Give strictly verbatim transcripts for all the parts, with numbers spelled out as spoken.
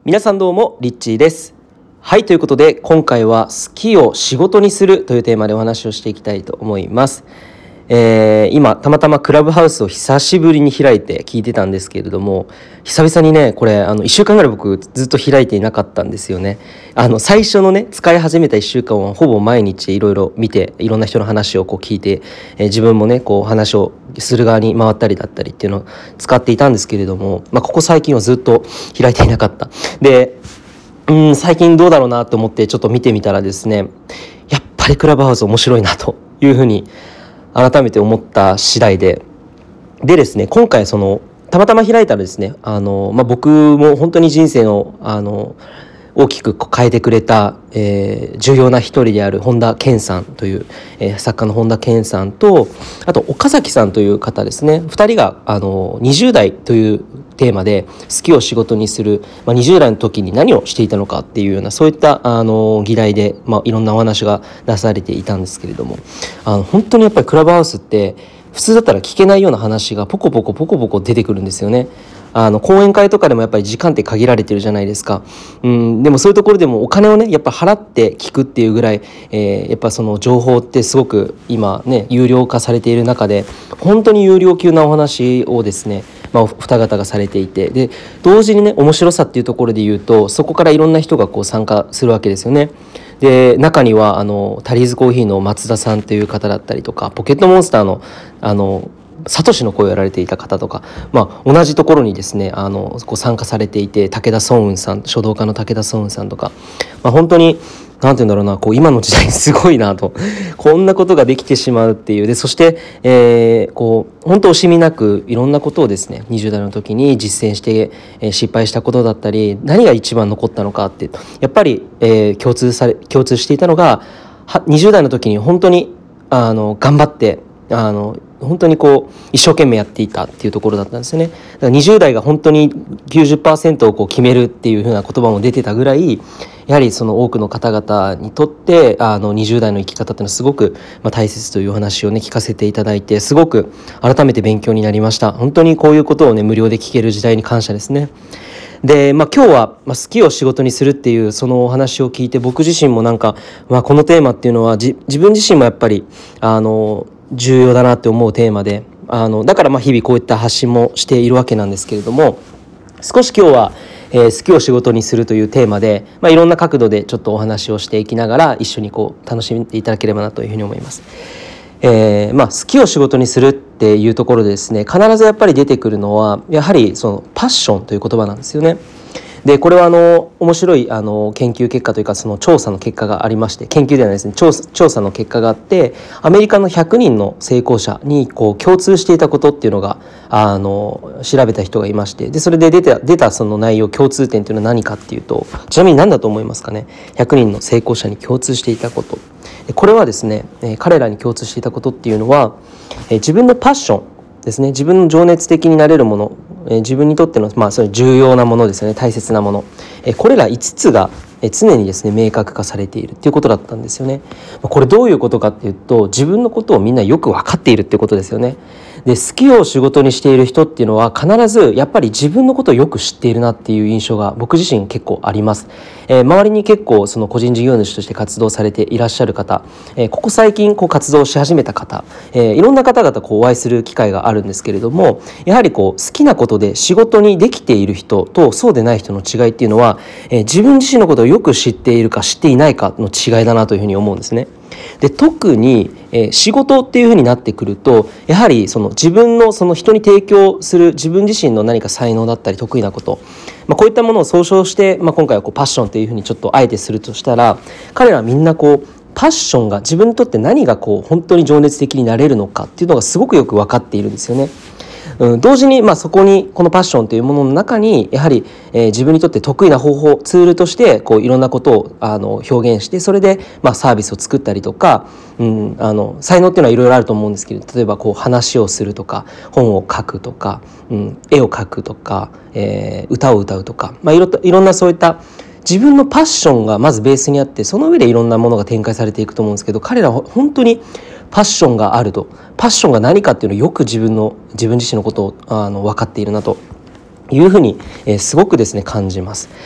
皆さんどうもリッチーです。はい、ということで今回は好きを仕事にするというテーマでお話をしていきたいと思います。えー、今たまたまクラブハウスを久しぶりに開いて聞いてたんですけれども、久々にねこれあのいっしゅうかんぐらい僕ずっと開いていなかったんですよね。あの最初のね使い始めたいっしゅうかんはほぼ毎日いろいろ見て、いろんな人の話をこう聞いて、えー、自分もねこう話をする側に回ったりだったりっていうのを使っていたんですけれども、まあ、ここ最近はずっと開いていなかったで、うん最近どうだろうなと思ってちょっと見てみたらですね、やっぱりクラブハウス面白いなというふうに改めて思った次第ででですね、今回そのたまたま開いたらですね、あの、まあ、僕も本当に人生のあの大きく変えてくれた、えー、重要な一人である本田健さんという、えー、作家の本田健さんと、あと岡崎さんという方ですね、ふたりがあのにじゅう代というテーマで好きを仕事にする、まあ、にじゅう代の時に何をしていたのかっていうようなそういったあの議題で、まあ、いろんなお話が出されていたんですけれども、あの本当にやっぱりクラブハウスって普通だったら聞けないような話がポコポコポコポコ出てくるんですよね。あの講演会とかでもやっぱり時間って限られてるじゃないですか。うんでもそういうところでもお金をねやっぱ払って聞くっていうぐらい、えー、やっぱその情報ってすごく今ね有料化されている中で、本当に有料級なお話をですね、まあ、お二方がされていて、で同時にね面白さっていうところで言うと、そこからいろんな人がこう参加するわけですよね。で中にはあのタリーズコーヒーの松田さんという方だったりとか、ポケットモンスターのあのサトシの声をやられていた方とか、まあ、同じところにですねあのこう参加されていて、武田双雲さん、書道家の武田双雲さんとか、まあ、本当になんていうんだろうな、こう今の時代すごいなとこんなことができてしまうっていう。でそして、えー、こう本当惜しみなくいろんなことをですねにじゅう代の時に実践して、えー、失敗したことだったり、何が一番残ったのかって、やっぱり、えー、共通され共通していたのが、にじゅう代の時に本当にあの頑張ってあの本当にこう一生懸命やっていたっていうところだったんですよね。だからにじゅう代が本当に きゅうじゅっパーセント をこう決めるっていう風な言葉も出てたぐらい、やはりその多くの方々にとってあのにじゅう代の生き方っていうのはすごくまあ大切というお話をね聞かせていただいて、すごく改めて勉強になりました。本当にこういうことをね無料で聞ける時代に感謝ですね。で、まあ、今日は好きを仕事にするっていうそのお話を聞いて、僕自身もなんか、まあ、このテーマっていうのはじ自分自身もやっぱりあの重要だなって思うテーマで、あのだからまあ日々こういった発信もしているわけなんですけれども、少し今日は、えー、好きを仕事にするというテーマで、まあ、いろんな角度でちょっとお話をしていきながら一緒にこう楽しんでいただければなというふうに思います。えーまあ、好きを仕事にするっていうところでですね、必ずやっぱり出てくるのはやはりそのパッションという言葉なんですよね。でこれはあの面白いあの研究結果というか、その調査の結果がありまして、研究ではないですね、調査、調査の結果があって、アメリカのひゃくにんの成功者にこう共通していたことっていうのがあの調べた人がいまして、でそれで出た出たその内容、共通点というのは何かっていうと、ちなみに何だと思いますかね。ひゃくにんの成功者に共通していたこと、これはですね、彼らに共通していたことっていうのは、自分のパッションですね、自分の情熱的になれるもの、自分にとっての、まあ、そういう重要なものですよね、大切なもの、これらいつつが常にですね明確化されているっていうことだったんですよね。これどういうことかっていうと、自分のことをみんなよく分かっているっていうことですよね。で好きを仕事にしている人っていうのは必ずやっぱり自分のことをよく知っているなっていう印象が僕自身結構あります。えー、周りに結構その個人事業主として活動されていらっしゃる方、えー、ここ最近こう活動し始めた方、えー、いろんな方々こうお会いする機会があるんですけれども、やはりこう好きなことで仕事にできている人とそうでない人の違いっていうのは、えー、自分自身のことをよく知っているか知っていないかの違いだなというふうに思うんですね。で特に、えー、仕事っていうふうになってくると、やはりその自分のその人に提供する自分自身の何か才能だったり得意なこと、まあ、こういったものを総称して、まあ、今回はこうパッションっていうふうにちょっとあえてするとしたら、彼らはみんなこうパッションが自分にとって何がこう本当に情熱的になれるのかっていうのがすごくよく分かっているんですよね。うん、同時に、まあ、そこにこのパッションというものの中にやはり、えー、自分にとって得意な方法、ツールとしてこういろんなことをあの表現して、それで、まあ、サービスを作ったりとか、うん、あの才能っていうのはいろいろあると思うんですけど、例えばこう話をするとか、本を書くとか、うん、絵を描くとか、えー、歌を歌うとか、まあ、いろいろんなそういった自分のパッションがまずベースにあって、その上でいろんなものが展開されていくと思うんですけど、彼らは本当にパッションがあると、パッションが何かっていうのをよく自分の自分自身のことをあの分かっているなというふうに、えー、すごくですね感じます。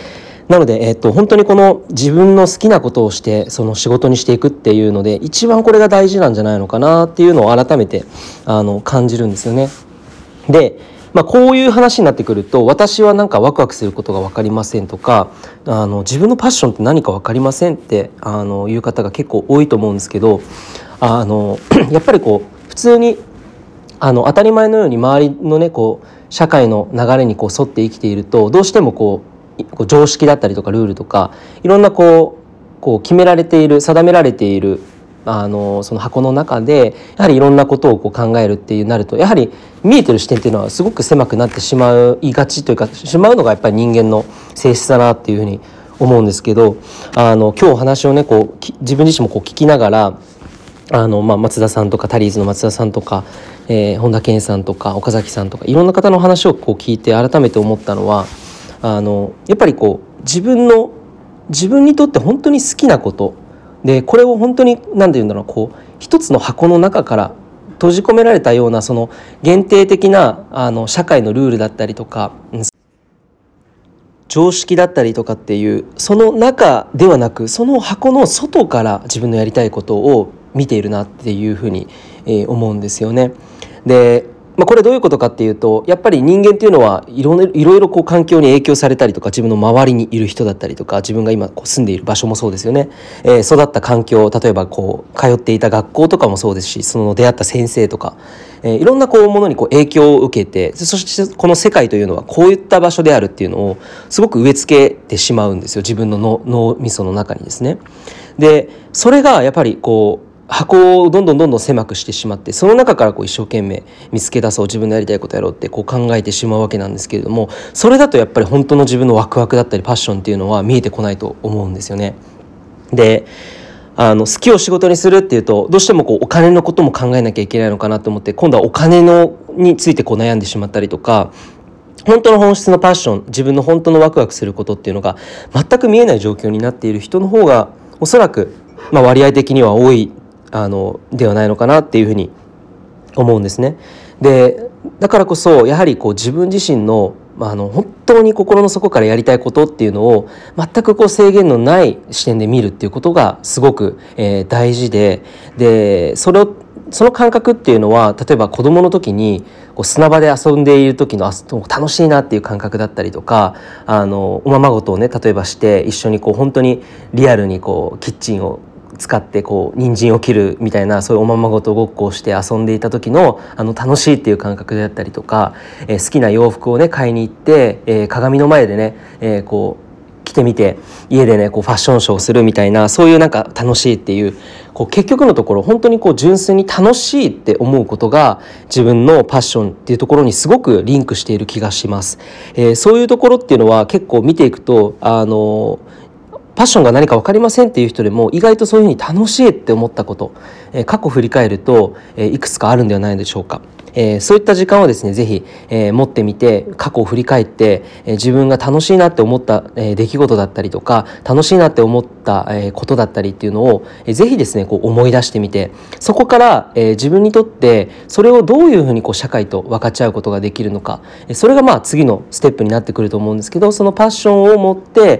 なので、えっと、本当にこの自分の好きなことをしてその仕事にしていくっていうので一番これが大事なんじゃないのかなっていうのを改めてあの感じるんですよね。で、まあ、こういう話になってくると私はなんかワクワクすることが分かりませんとかあの自分のパッションって何か分かりませんってあのいう方が結構多いと思うんですけどあのやっぱりこう普通にあの当たり前のように周りのねこう社会の流れにこう沿って生きているとどうしてもこうこう常識だったりとかルールとかいろんなこうこう決められている定められているあのその箱の中でやはりいろんなことをこう考えるっていうなるとやはり見えてる視点っていうのはすごく狭くなってしまいがちというかしまうのがやっぱり人間の性質だなっていうふうに思うんですけどあの今日お話をねこう自分自身もこう聞きながらあの、まあ、松田さんとかタリーズの松田さんとか、えー、本田健さんとか岡崎さんとかいろんな方の話をこう聞いて改めて思ったのはあのやっぱりこう自分の自分にとって本当に好きなことでこれを本当に何て言うんだろうこう一つの箱の中から閉じ込められたようなその限定的なあの社会のルールだったりとか常識だったりとかっていうその中ではなくその箱の外から自分のやりたいことを見ているなっていうふうに思うんですよね。でまあ、これどういうことかっていうとやっぱり人間っていうのはいろいろこう環境に影響されたりとか自分の周りにいる人だったりとか自分が今こう住んでいる場所もそうですよね、えー、育った環境例えばこう通っていた学校とかもそうですしその出会った先生とか、えー、いろんなこうものにこう影響を受けてそしてこの世界というのはこういった場所であるっていうのをすごく植え付けてしまうんですよ自分の脳、脳みその中にですね。でそれがやっぱりこう箱をどんどんどんどん狭くしてしまってその中からこう一生懸命見つけ出そう自分のやりたいことやろうってこう考えてしまうわけなんですけれどもそれだとやっぱり本当の自分のワクワクだったりパッションっていうのは見えてこないと思うんですよね。であの好きを仕事にするっていうとどうしてもこうお金のことも考えなきゃいけないのかなと思って今度はお金のについてこう悩んでしまったりとか本当の本質のパッション自分の本当のワクワクすることっていうのが全く見えない状況になっている人の方がおそらく、まあ、割合的には多いあのではないのかなっていうふうに思うんですね。でだからこそやはりこう自分自身のあの本当に心の底からやりたいことっていうのを全くこう制限のない視点で見るっていうことがすごく、えー、大事で、でそれをその感覚っていうのは例えば子どもの時にこう砂場で遊んでいる時の楽しいなっていう感覚だったりとかあのおままごとをね例えばして一緒にこう本当にリアルにこうキッチンを使ってこう人参を切るみたいなそういうおままごとごっこをして遊んでいた時のあの楽しいっていう感覚であったりとか、えー、好きな洋服をね買いに行って、えー、鏡の前でね、えー、こう着てみて家でねこうファッションショーをするみたいなそういうなんか楽しいっていう、こう結局のところ本当にこう純粋に楽しいって思うことが自分のパッションっていうところにすごくリンクしている気がします。えー、そういうところっていうのは結構見ていくとあのパッションが何か分かりませんっていう人でも意外とそういうふうに楽しいって思ったこと、えー、過去振り返ると、えー、いくつかあるんではないでしょうか。えー、そういった時間をですねぜひ、えー、持ってみて過去を振り返って、えー、自分が楽しいなって思った、えー、出来事だったりとか楽しいなって思った、えー、ことだったりっていうのを、えー、ぜひですねこう思い出してみてそこから、えー、自分にとってそれをどういうふうにこう社会と分かち合うことができるのか、えー、それがまあ次のステップになってくると思うんですけどそのパッションを持って、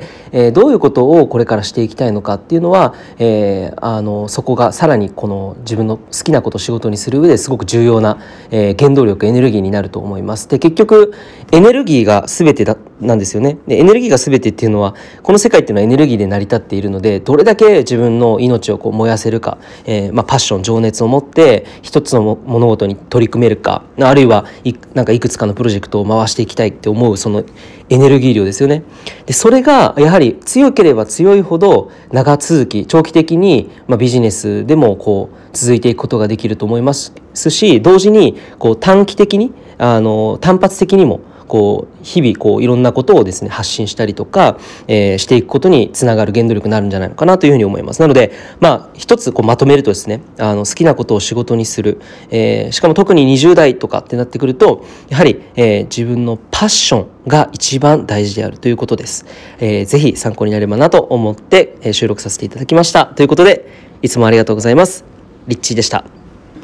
えー、どういうことをこれからしていきたいのかっていうのは、えー、あのそこがさらにこの自分の好きなことを仕事にする上ですごく重要な、えー原動力エネルギーになると思います。で結局エネルギーが全てだなんですよね。でエネルギーが全てっていうのはこの世界っていうのはエネルギーで成り立っているのでどれだけ自分の命をこう燃やせるか、えーまあ、パッション情熱を持って一つの物事に取り組めるかあるいはいなんかいくつかのプロジェクトを回していきたいって思うそのエネルギー量ですよね。でそれがやはり強ければ強いほど長続き長期的に、まあ、ビジネスでもこう続いていくことができると思いますし同時にこう短期的にあの単発的にもこう日々こういろんなことをですね発信したりとか、えー、していくことにつながる原動力になるんじゃないのかなというふうに思います。なのでまあ一つこうまとめるとですねあの好きなことを仕事にする、えー、しかも特ににじゅう代とかってなってくるとやはり、えー、自分のパッションが一番大事であるということです。えー、ぜひ参考になればなと思って、えー、収録させていただきました。ということでいつもありがとうございます。リッチーでした。